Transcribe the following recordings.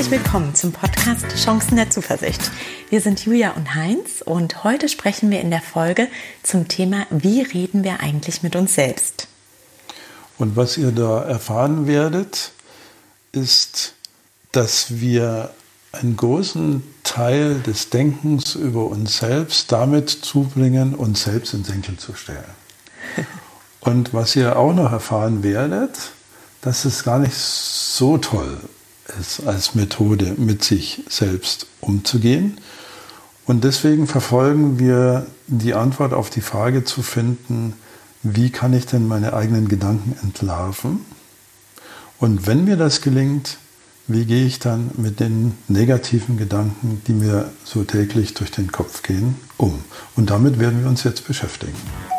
Herzlich willkommen zum Podcast Chancen der Zuversicht. Wir sind Julia und Heinz und heute sprechen wir in der Folge zum Thema, wie reden wir eigentlich mit uns selbst? Und was ihr da erfahren werdet, ist, dass wir einen großen Teil des Denkens über uns selbst damit zubringen, uns selbst in den Senkel zu stellen. Und was ihr auch noch erfahren werdet, dass es gar nicht so toll ist, als Methode mit sich selbst umzugehen. Und deswegen verfolgen wir die Antwort auf die Frage zu finden, wie kann ich denn meine eigenen Gedanken entlarven? Und wenn mir das gelingt, wie gehe ich dann mit den negativen Gedanken, die mir so täglich durch den Kopf gehen, um? Und damit werden wir uns jetzt beschäftigen.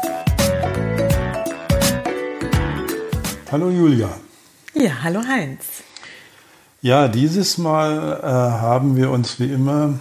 Hallo Julia. Ja, hallo Heinz. Ja, dieses Mal haben wir uns wie immer,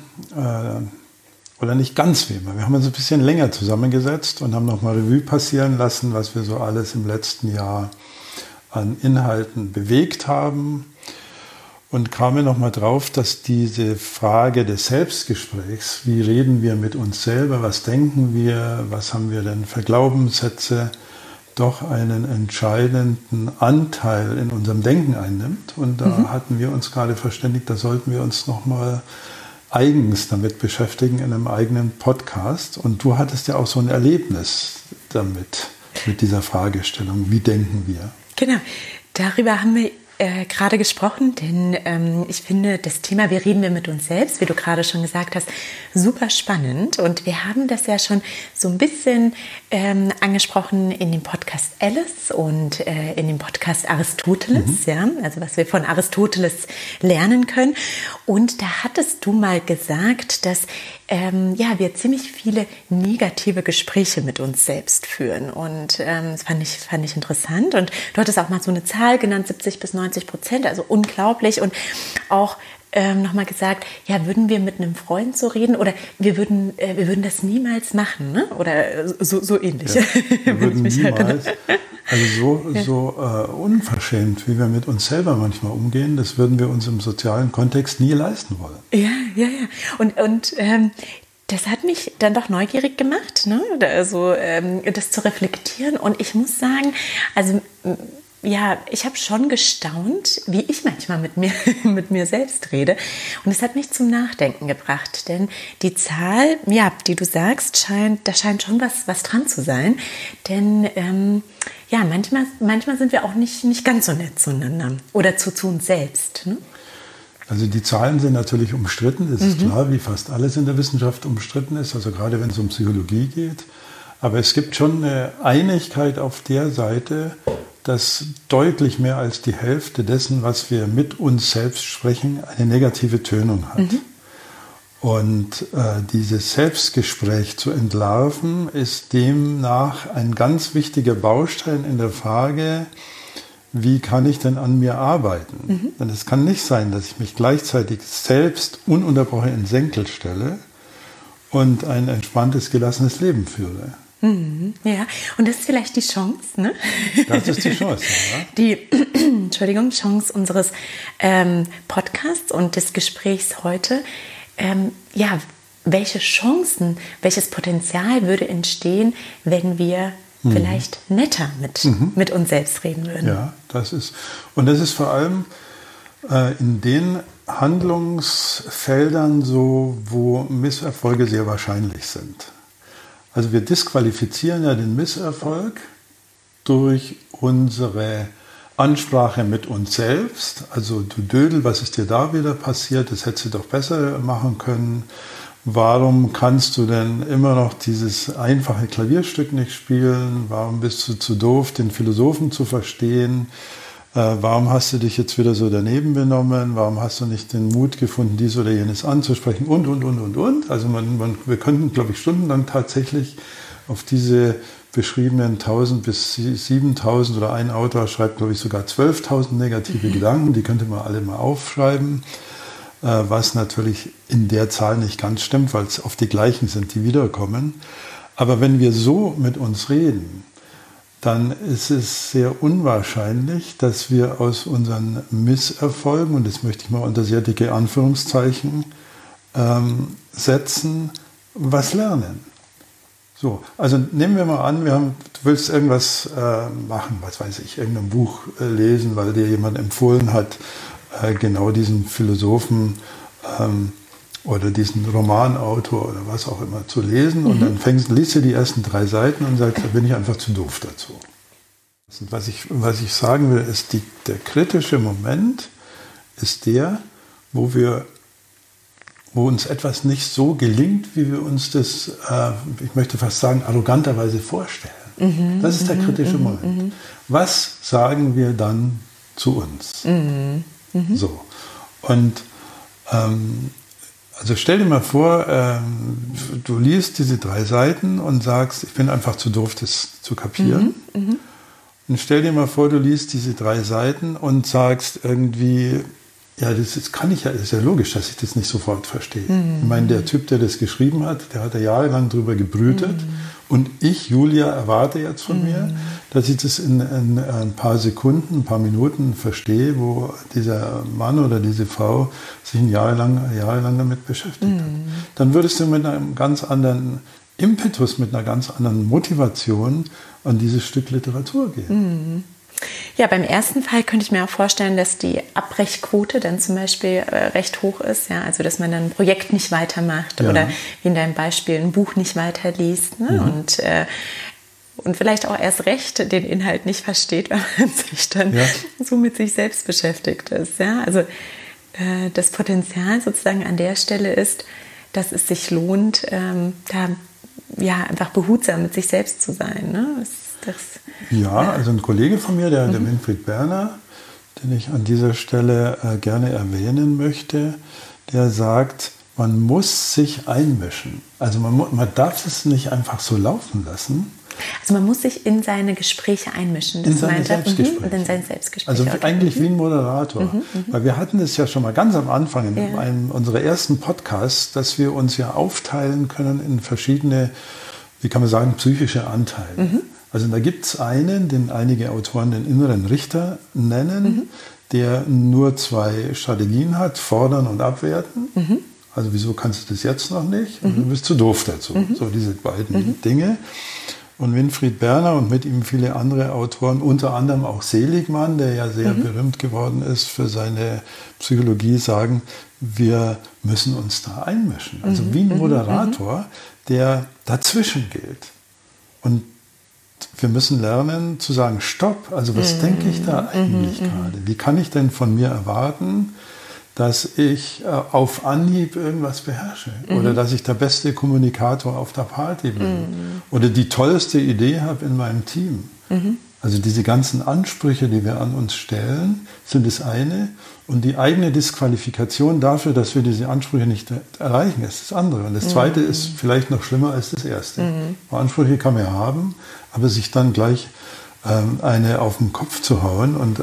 oder nicht ganz wie immer, wir haben uns ein bisschen länger zusammengesetzt und haben nochmal Revue passieren lassen, was wir so alles im letzten Jahr an Inhalten bewegt haben und kamen nochmal drauf, dass diese Frage des Selbstgesprächs, wie reden wir mit uns selber, was denken wir, was haben wir denn für Glaubenssätze, doch einen entscheidenden Anteil in unserem Denken einnimmt. Und da hatten wir uns gerade verständigt, da sollten wir uns nochmal eigens damit beschäftigen in einem eigenen Podcast. Und du hattest ja auch so ein Erlebnis damit, mit dieser Fragestellung, wie denken wir? Genau, darüber haben wir gerade gesprochen, denn ich finde das Thema, wie reden wir mit uns selbst, wie du gerade schon gesagt hast, super spannend. Und wir haben das ja schon so ein bisschen angesprochen in dem Podcast Alice und in dem Podcast Aristoteles, ja, also was wir von Aristoteles lernen können. Und da hattest du mal gesagt, dass wir ziemlich viele negative Gespräche mit uns selbst führen. Und das fand ich interessant. Und du hattest auch mal so eine Zahl genannt, 70-90%, also unglaublich. Und auch nochmal gesagt, ja, würden wir mit einem Freund so reden oder wir würden das niemals machen, ne? Oder so ähnlich. Ja, wir würden niemals, also so unverschämt, wie wir mit uns selber manchmal umgehen, das würden wir uns im sozialen Kontext nie leisten wollen. Ja. Und das hat mich dann doch neugierig gemacht, ne? Also das zu reflektieren. Und ich muss sagen, also ja, ich habe schon gestaunt, wie ich manchmal mit mir selbst rede. Und es hat mich zum Nachdenken gebracht. Denn die Zahl, ja, die du sagst, da scheint schon was dran zu sein. Denn manchmal sind wir auch nicht ganz so nett zueinander oder zu uns selbst. Ne? Also die Zahlen sind natürlich umstritten. Es ist klar, wie fast alles in der Wissenschaft umstritten ist. Also gerade wenn es um Psychologie geht. Aber es gibt schon eine Einigkeit auf der Seite, dass deutlich mehr als die Hälfte dessen, was wir mit uns selbst sprechen, eine negative Tönung hat. Und dieses Selbstgespräch zu entlarven, ist demnach ein ganz wichtiger Baustein in der Frage, wie kann ich denn an mir arbeiten? Denn es kann nicht sein, dass ich mich gleichzeitig selbst ununterbrochen in den Senkel stelle und ein entspanntes, gelassenes Leben führe. Ja, und das ist vielleicht die Chance, ne? Das ist die Chance, ja. Die Chance unseres Podcasts und des Gesprächs heute. Welche Chancen, welches Potenzial würde entstehen, wenn wir vielleicht netter mit uns selbst reden würden? Ja, das ist vor allem in den Handlungsfeldern so, wo Misserfolge sehr wahrscheinlich sind. Also wir disqualifizieren ja den Misserfolg durch unsere Ansprache mit uns selbst. Also du Dödel, was ist dir da wieder passiert? Das hättest du doch besser machen können. Warum kannst du denn immer noch dieses einfache Klavierstück nicht spielen? Warum bist du zu doof, den Philosophen zu verstehen? Warum hast du dich jetzt wieder so daneben benommen? Warum hast du nicht den Mut gefunden, dies oder jenes anzusprechen? Und. Also wir könnten, glaube ich, stundenlang tatsächlich auf diese beschriebenen 1000 bis 7000 oder ein Autor schreibt, glaube ich, sogar 12.000 negative Gedanken. Die könnte man alle mal aufschreiben, was natürlich in der Zahl nicht ganz stimmt, weil es oft die gleichen sind, die wiederkommen. Aber wenn wir so mit uns reden, dann ist es sehr unwahrscheinlich, dass wir aus unseren Misserfolgen, und das möchte ich mal unter sehr dicke Anführungszeichen setzen, was lernen. So, also nehmen wir mal an, du willst irgendwas machen, was weiß ich, irgendein Buch lesen, weil dir jemand empfohlen hat, genau diesen Philosophen oder diesen Romanautor oder was auch immer zu lesen, und dann liest du die ersten 3 Seiten und sagst, da bin ich einfach zu doof dazu. Und was ich sagen will, ist, der kritische Moment ist der, wo uns etwas nicht so gelingt, wie wir uns das, ich möchte fast sagen, arroganterweise vorstellen. Das ist der kritische Moment. Was sagen wir dann zu uns? So. Und also stell dir mal vor, du liest diese 3 Seiten und sagst, ich bin einfach zu doof, das zu kapieren. Und stell dir mal vor, du liest diese 3 Seiten und sagst irgendwie, ja, das kann ich ja, ist ja logisch, dass ich das nicht sofort verstehe. Ich meine, der Typ, der das geschrieben hat, der hat ja jahrelang drüber gebrütet. Und ich, Julia, erwarte jetzt von mir, dass ich das in ein paar Sekunden, ein paar Minuten verstehe, wo dieser Mann oder diese Frau sich jahrelang damit beschäftigt hat. Dann würdest du mit einem ganz anderen Impetus, mit einer ganz anderen Motivation an dieses Stück Literatur gehen. Ja, beim ersten Fall könnte ich mir auch vorstellen, dass die Abbrechquote dann zum Beispiel recht hoch ist. Ja? Also, dass man dann ein Projekt nicht weitermacht oder wie in deinem Beispiel ein Buch nicht weiterliest. Ne? Und vielleicht auch erst recht den Inhalt nicht versteht, weil man sich dann so mit sich selbst beschäftigt ist. Ja? Also das Potenzial sozusagen an der Stelle ist, dass es sich lohnt, da einfach behutsam mit sich selbst zu sein. Ne? Also ein Kollege von mir, der Winfried Berner, den ich an dieser Stelle gerne erwähnen möchte, der sagt, man muss sich einmischen. Also man darf es nicht einfach so laufen lassen. Also man muss sich in seine Gespräche einmischen. Das in seine Selbstgespräche. Und in sein Selbstgespräch. Also eigentlich wie ein Moderator. Weil wir hatten es ja schon mal ganz am Anfang in einem unserer ersten Podcasts, dass wir uns ja aufteilen können in verschiedene, wie kann man sagen, psychische Anteile. Also da gibt es einen, den einige Autoren den inneren Richter nennen, der nur 2 Strategien hat, fordern und abwerten. Also wieso kannst du das jetzt noch nicht? Und du bist zu doof dazu. So diese beiden Dinge. Und Winfried Berner und mit ihm viele andere Autoren, unter anderem auch Seligmann, der ja sehr berühmt geworden ist für seine Psychologie, sagen, wir müssen uns da einmischen. Also wie ein Moderator, der dazwischen gilt. Und wir müssen lernen zu sagen, stopp, also was denke ich da eigentlich gerade? Wie kann ich denn von mir erwarten, dass ich auf Anhieb irgendwas beherrsche oder dass ich der beste Kommunikator auf der Party bin oder die tollste Idee habe in meinem Team. Also diese ganzen Ansprüche, die wir an uns stellen, sind das eine, und die eigene Disqualifikation dafür, dass wir diese Ansprüche nicht erreichen, ist das andere. Und das zweite ist vielleicht noch schlimmer als das erste. Ansprüche kann man ja haben, aber sich dann gleich eine auf den Kopf zu hauen und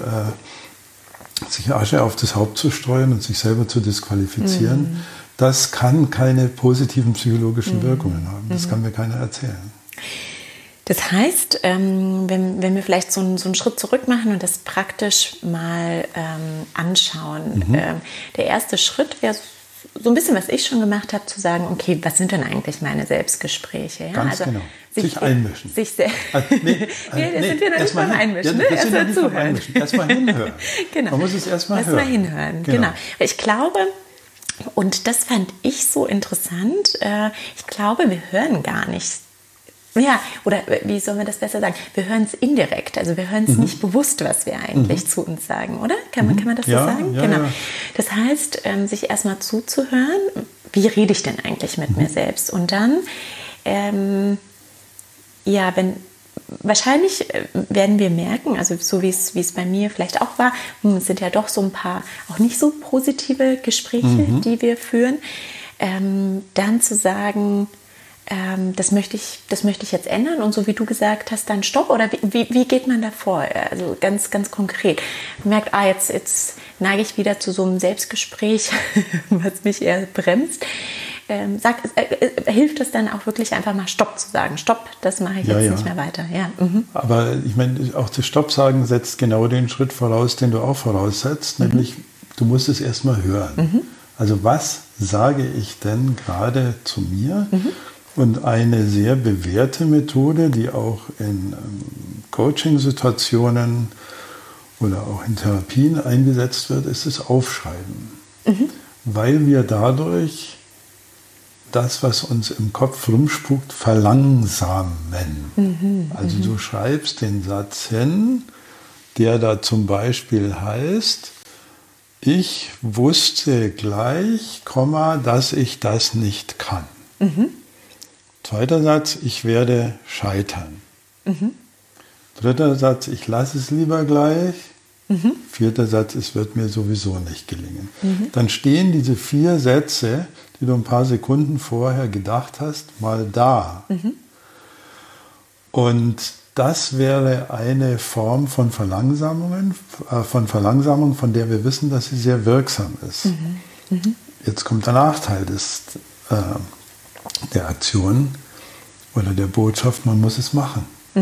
sich Asche auf das Haupt zu streuen und sich selber zu disqualifizieren, das kann keine positiven psychologischen Wirkungen haben. Das kann mir keiner erzählen. Das heißt, wenn wir vielleicht so einen Schritt zurück machen und das praktisch mal anschauen. Der erste Schritt wäre so ein bisschen, was ich schon gemacht habe, zu sagen, okay, was sind denn eigentlich meine Selbstgespräche? Ja? Ganz genau. Sich einmischen. Da sind wir noch nicht beim Einmischen. Erstmal zuhören. Erstmal hinhören. Genau. Man muss es erstmal hören. Erstmal hinhören, genau. Ich glaube, und das fand ich so interessant, ich glaube, wir hören gar nicht. Ja, oder wie soll man das besser sagen? Wir hören es indirekt, also wir hören es nicht bewusst, was wir eigentlich zu uns sagen, oder? Kann man das so sagen? Ja, genau. Ja. Das heißt, sich erstmal zuzuhören, wie rede ich denn eigentlich mit mir selbst? Und dann, wahrscheinlich werden wir merken, also so wie es bei mir vielleicht auch war, es sind ja doch so ein paar auch nicht so positive Gespräche, die wir führen, dann zu sagen, das möchte ich jetzt ändern, und so wie du gesagt hast, dann stopp, oder wie geht man da vor? Also ganz, ganz konkret. Man merkt, jetzt neige ich wieder zu so einem Selbstgespräch, was mich eher bremst. hilft es dann auch wirklich einfach mal Stopp zu sagen. Stopp, das mache ich jetzt nicht mehr weiter. Ja. Aber ich meine, auch das Stopp sagen setzt genau den Schritt voraus, den du auch voraussetzt, nämlich du musst es erstmal hören. Also was sage ich denn gerade zu mir? Und eine sehr bewährte Methode, die auch in Coaching-Situationen oder auch in Therapien eingesetzt wird, ist das Aufschreiben. Weil wir dadurch das, was uns im Kopf rumspukt, verlangsamen. Also du schreibst den Satz hin, der da zum Beispiel heißt, ich wusste gleich, dass ich das nicht kann. Zweiter Satz, ich werde scheitern. Dritter Satz, ich lasse es lieber gleich. Vierter Satz, es wird mir sowieso nicht gelingen. Dann stehen diese 4 Sätze, die du ein paar Sekunden vorher gedacht hast, mal da. Und das wäre eine Form von Verlangsamung, von der wir wissen, dass sie sehr wirksam ist. Jetzt kommt der Nachteil der Aktion oder der Botschaft, man muss es machen.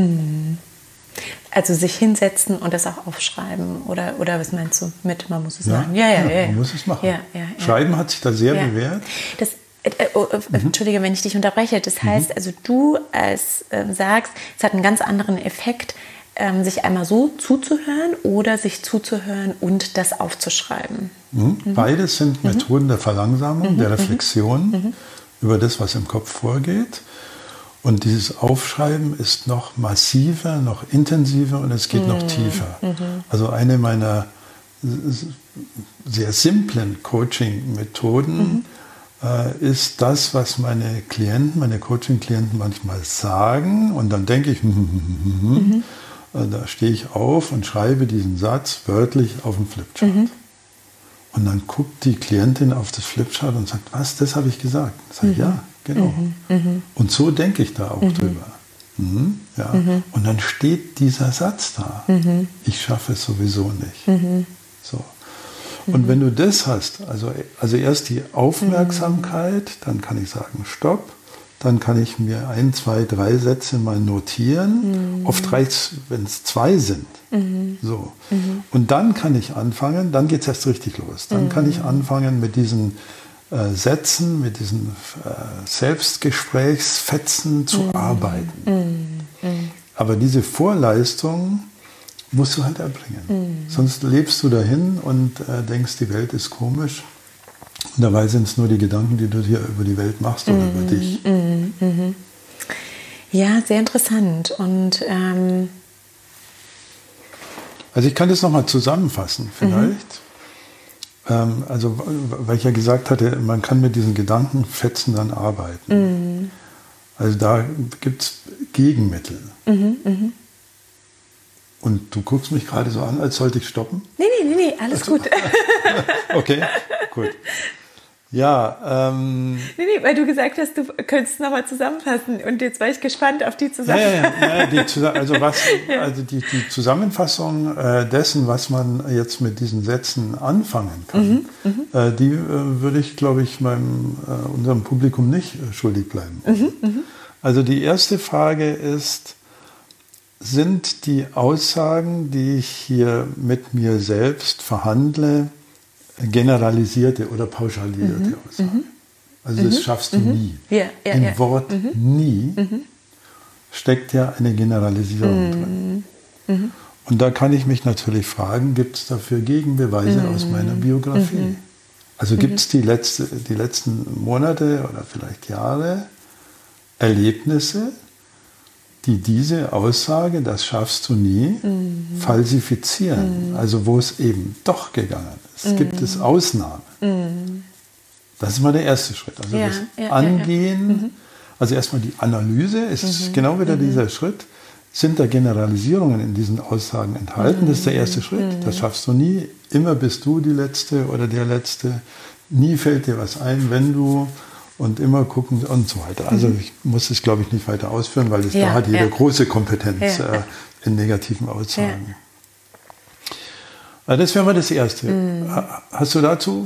Also sich hinsetzen und das auch aufschreiben oder was meinst du mit, man muss es machen? Ja, man muss es machen. Schreiben hat sich da sehr bewährt. Entschuldige, wenn ich dich unterbreche. Das heißt, also du sagst, es hat einen ganz anderen Effekt, sich einmal so zuzuhören oder sich zuzuhören und das aufzuschreiben. Beides sind Methoden der Verlangsamung, der Reflexion über das, was im Kopf vorgeht. Und dieses Aufschreiben ist noch massiver, noch intensiver und es geht noch tiefer. Also eine meiner sehr simplen Coaching-Methoden ist das, was meine Coaching-Klienten manchmal sagen. Und dann denke ich, da stehe ich auf und schreibe diesen Satz wörtlich auf dem Flipchart. Und dann guckt die Klientin auf das Flipchart und sagt, was, das habe ich gesagt? Ich sage, ja, genau. Und so denke ich da auch drüber. Und dann steht dieser Satz da. Ich schaffe es sowieso nicht. So. Und wenn du das hast, also erst die Aufmerksamkeit, dann kann ich sagen, stopp. Dann kann ich mir 1, 2, 3 Sätze mal notieren. Oft reicht es, wenn es 2 sind. So. Und dann kann ich anfangen, dann geht es erst richtig los. Dann kann ich anfangen mit diesen Sätzen, mit diesen Selbstgesprächsfetzen zu arbeiten. Aber diese Vorleistung musst du halt erbringen. Sonst lebst du dahin und denkst, die Welt ist komisch. Und dabei sind es nur die Gedanken, die du dir über die Welt machst oder über dich. Ja, sehr interessant. Und also ich kann das nochmal zusammenfassen vielleicht. Also weil ich ja gesagt hatte, man kann mit diesen Gedankenfetzen dann arbeiten. Also da gibt es Gegenmittel. Und du guckst mich gerade so an, als sollte ich stoppen? Nee, alles gut. Okay, gut. Ja, Nee, weil du gesagt hast, du könntest nochmal zusammenfassen. Und jetzt war ich gespannt auf die Zusammenfassung. Also die Zusammenfassung dessen, was man jetzt mit diesen Sätzen anfangen kann, die würde ich, glaube ich, unserem Publikum nicht schuldig bleiben. Also die erste Frage ist, sind die Aussagen, die ich hier mit mir selbst verhandle, generalisierte oder pauschalisierte Aussagen? Also das schaffst du nie. Im Wort nie steckt ja eine Generalisierung drin. Und da kann ich mich natürlich fragen, gibt es dafür Gegenbeweise aus meiner Biografie? Also gibt es die letzten Monate oder vielleicht Jahre Erlebnisse, die diese Aussage, das schaffst du nie, falsifizieren. Also wo es eben doch gegangen ist. Gibt es Ausnahmen. Das ist mal der erste Schritt. Also das Angehen, also erstmal die Analyse, es ist genau wieder dieser Schritt. Sind da Generalisierungen in diesen Aussagen enthalten? Das ist der erste Schritt. Das schaffst du nie. Immer bist du die Letzte oder der Letzte. Nie fällt dir was ein, wenn du... Und immer gucken und so weiter. Also ich muss es, glaube ich, nicht weiter ausführen, weil da hat jeder große Kompetenz in negativen Aussagen. Das wäre mal das Erste. Hast du dazu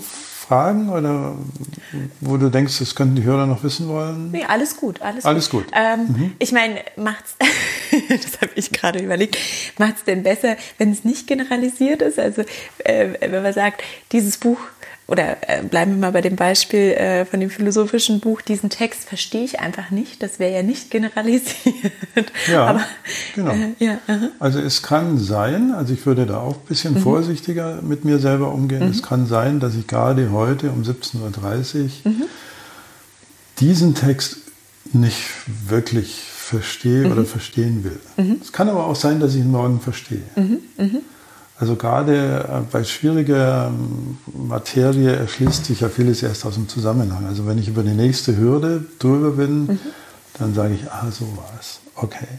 Fragen oder wo du denkst, das könnten die Hörer noch wissen wollen? Nee, alles gut. Alles gut. Ich meine, macht's, das habe ich gerade überlegt, macht's denn besser, wenn es nicht generalisiert ist? Also wenn man sagt, dieses Buch, oder bleiben wir mal bei dem Beispiel von dem philosophischen Buch, diesen Text verstehe ich einfach nicht, das wäre ja nicht generalisiert. Ja, aber, genau. Also es kann sein, also ich würde da auch ein bisschen vorsichtiger mit mir selber umgehen, es kann sein, dass ich gerade heute um 17:30 Uhr diesen Text nicht wirklich verstehe oder verstehen will. Es kann aber auch sein, dass ich ihn morgen verstehe. Also gerade bei schwieriger Materie erschließt sich ja vieles erst aus dem Zusammenhang. Also wenn ich über die nächste Hürde drüber bin, dann sage ich, so war es. Okay.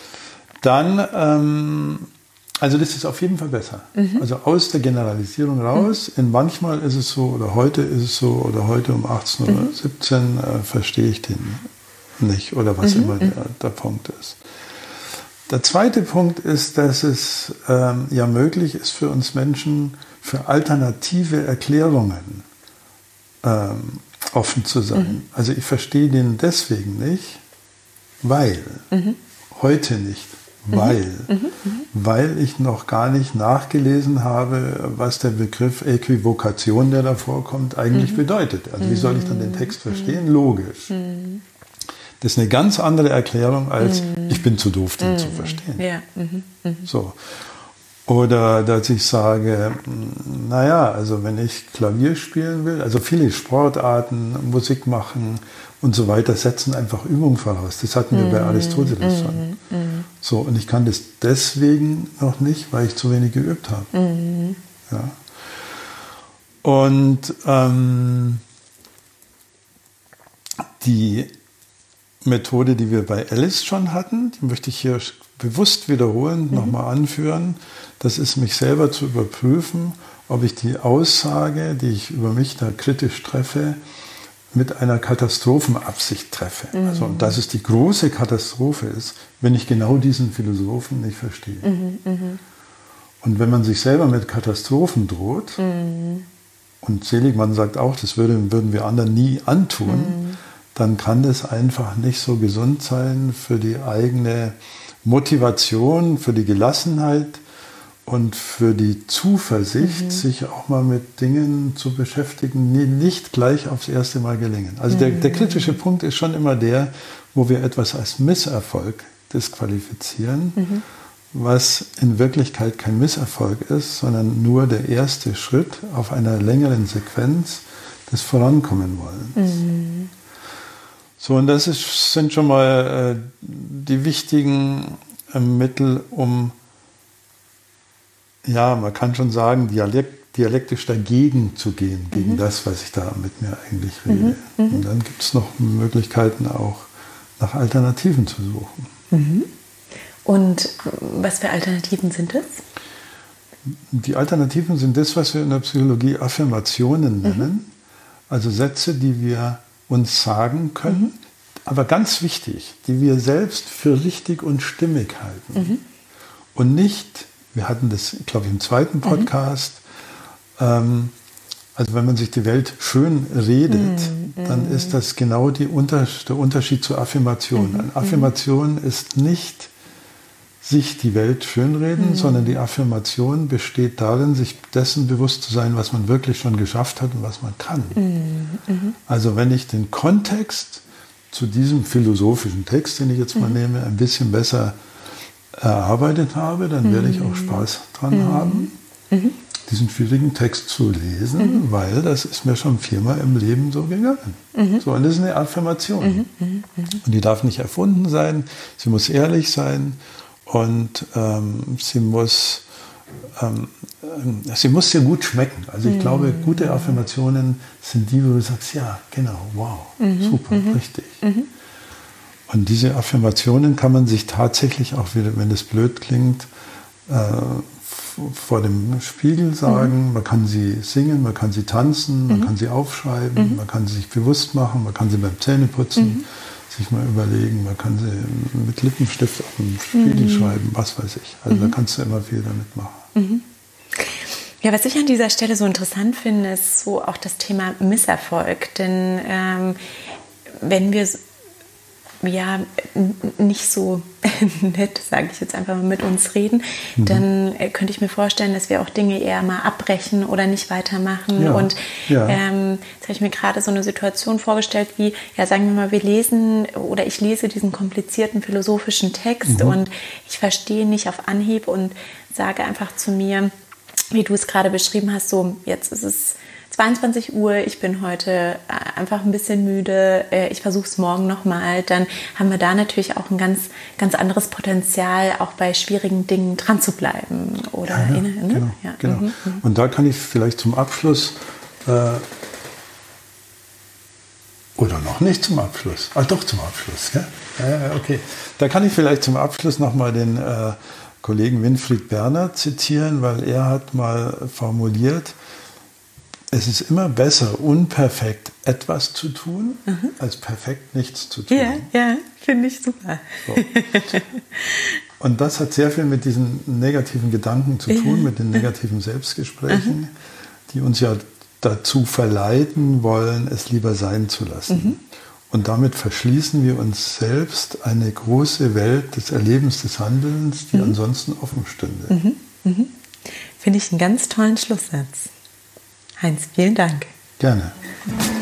Dann, also das ist auf jeden Fall besser. Also aus der Generalisierung raus. In manchmal ist es so, oder heute ist es so, oder heute um 18:17 Uhr verstehe ich den nicht oder was immer der Punkt ist. Der zweite Punkt ist, dass es ja möglich ist für uns Menschen, für alternative Erklärungen offen zu sein. Also ich verstehe den deswegen nicht, weil, heute nicht, weil ich noch gar nicht nachgelesen habe, was der Begriff Äquivokation, der da vorkommt, eigentlich bedeutet. Also wie soll ich dann den Text verstehen? Logisch. Das ist eine ganz andere Erklärung als ich bin zu doof, den zu verstehen. Ja. So. Oder dass ich sage, naja, also wenn ich Klavier spielen will, also viele Sportarten, Musik machen und so weiter, setzen einfach Übung voraus. Das hatten wir bei Aristoteles schon. So, und ich kann das deswegen noch nicht, weil ich zu wenig geübt habe. Ja. Und die Methode, die wir bei Alice schon hatten, die möchte ich hier bewusst wiederholend nochmal anführen. Das ist, mich selber zu überprüfen, ob ich die Aussage, die ich über mich da kritisch treffe, mit einer Katastrophenabsicht treffe. Also, und dass es die große Katastrophe ist, wenn ich genau diesen Philosophen nicht verstehe. Und wenn man sich selber mit Katastrophen droht, und Seligmann sagt auch, das würden wir anderen nie antun, dann kann das einfach nicht so gesund sein für die eigene Motivation, für die Gelassenheit und für die Zuversicht, sich auch mal mit Dingen zu beschäftigen, die nicht gleich aufs erste Mal gelingen. Also der kritische Punkt ist schon immer der, wo wir etwas als Misserfolg disqualifizieren, was in Wirklichkeit kein Misserfolg ist, sondern nur der erste Schritt auf einer längeren Sequenz des Vorankommenwollens. So, und das sind schon mal die wichtigen Mittel, um, ja, man kann schon sagen, dialektisch dagegen zu gehen, gegen das, was ich da mit mir eigentlich rede. Und dann gibt es noch Möglichkeiten, auch nach Alternativen zu suchen. Und was für Alternativen sind es? Die Alternativen sind das, was wir in der Psychologie Affirmationen nennen. Also Sätze, die wir uns sagen können, aber ganz wichtig, die wir selbst für richtig und stimmig halten. Und nicht, wir hatten das, glaube ich, im zweiten Podcast, also wenn man sich die Welt schön redet, dann ist das genau der Unterschied zur Affirmation. Eine Affirmation ist nicht sich die Welt schönreden, sondern die Affirmation besteht darin, sich dessen bewusst zu sein, was man wirklich schon geschafft hat und was man kann. Also wenn ich den Kontext zu diesem philosophischen Text, den ich jetzt mal nehme, ein bisschen besser erarbeitet habe, dann werde ich auch Spaß dran haben, diesen schwierigen Text zu lesen, weil das ist mir schon 4-mal im Leben so gegangen. So, und das ist eine Affirmation. Und die darf nicht erfunden sein, sie muss ehrlich sein. Und sie muss sehr gut schmecken. Also ich glaube, gute Affirmationen sind die, wo du sagst, ja, genau, wow, super, richtig. Und diese Affirmationen kann man sich tatsächlich auch wieder, wenn das blöd klingt, vor dem Spiegel sagen. Man kann sie singen, man kann sie tanzen, man kann sie aufschreiben, man kann sie sich bewusst machen, man kann sie beim Zähneputzen sich mal überlegen, man kann sie mit Lippenstift auf dem Spiegel schreiben, was weiß ich. Also da kannst du immer viel damit machen. Ja, was ich an dieser Stelle so interessant finde, ist so auch das Thema Misserfolg. Denn wenn wir nicht so nett, sage ich jetzt einfach mal, mit uns reden, dann könnte ich mir vorstellen, dass wir auch Dinge eher mal abbrechen oder nicht weitermachen. Ja, Und ja. jetzt habe ich mir gerade so eine Situation vorgestellt, wie, ja, sagen wir mal, wir lesen oder ich lese diesen komplizierten philosophischen Text und ich verstehe nicht auf Anhieb und sage einfach zu mir, wie du es gerade beschrieben hast, so, jetzt ist es 22 Uhr, ich bin heute einfach ein bisschen müde, ich versuche es morgen nochmal, dann haben wir da natürlich auch ein ganz, ganz anderes Potenzial, auch bei schwierigen Dingen dran zu bleiben. Oder Genau. Und da kann ich vielleicht zum Abschluss, oder noch nicht zum Abschluss, doch zum Abschluss, ja? Okay. Da kann ich vielleicht zum Abschluss nochmal den Kollegen Winfried Berner zitieren, weil er hat mal formuliert, es ist immer besser, unperfekt etwas zu tun, als perfekt nichts zu tun. Ja, finde ich super. So. Und das hat sehr viel mit diesen negativen Gedanken zu tun, mit den negativen Selbstgesprächen, die uns ja dazu verleiten wollen, es lieber sein zu lassen. Und damit verschließen wir uns selbst eine große Welt des Erlebens, des Handelns, die ansonsten offen stünde. Finde ich einen ganz tollen Schlusssatz. Heinz, vielen Dank. Gerne.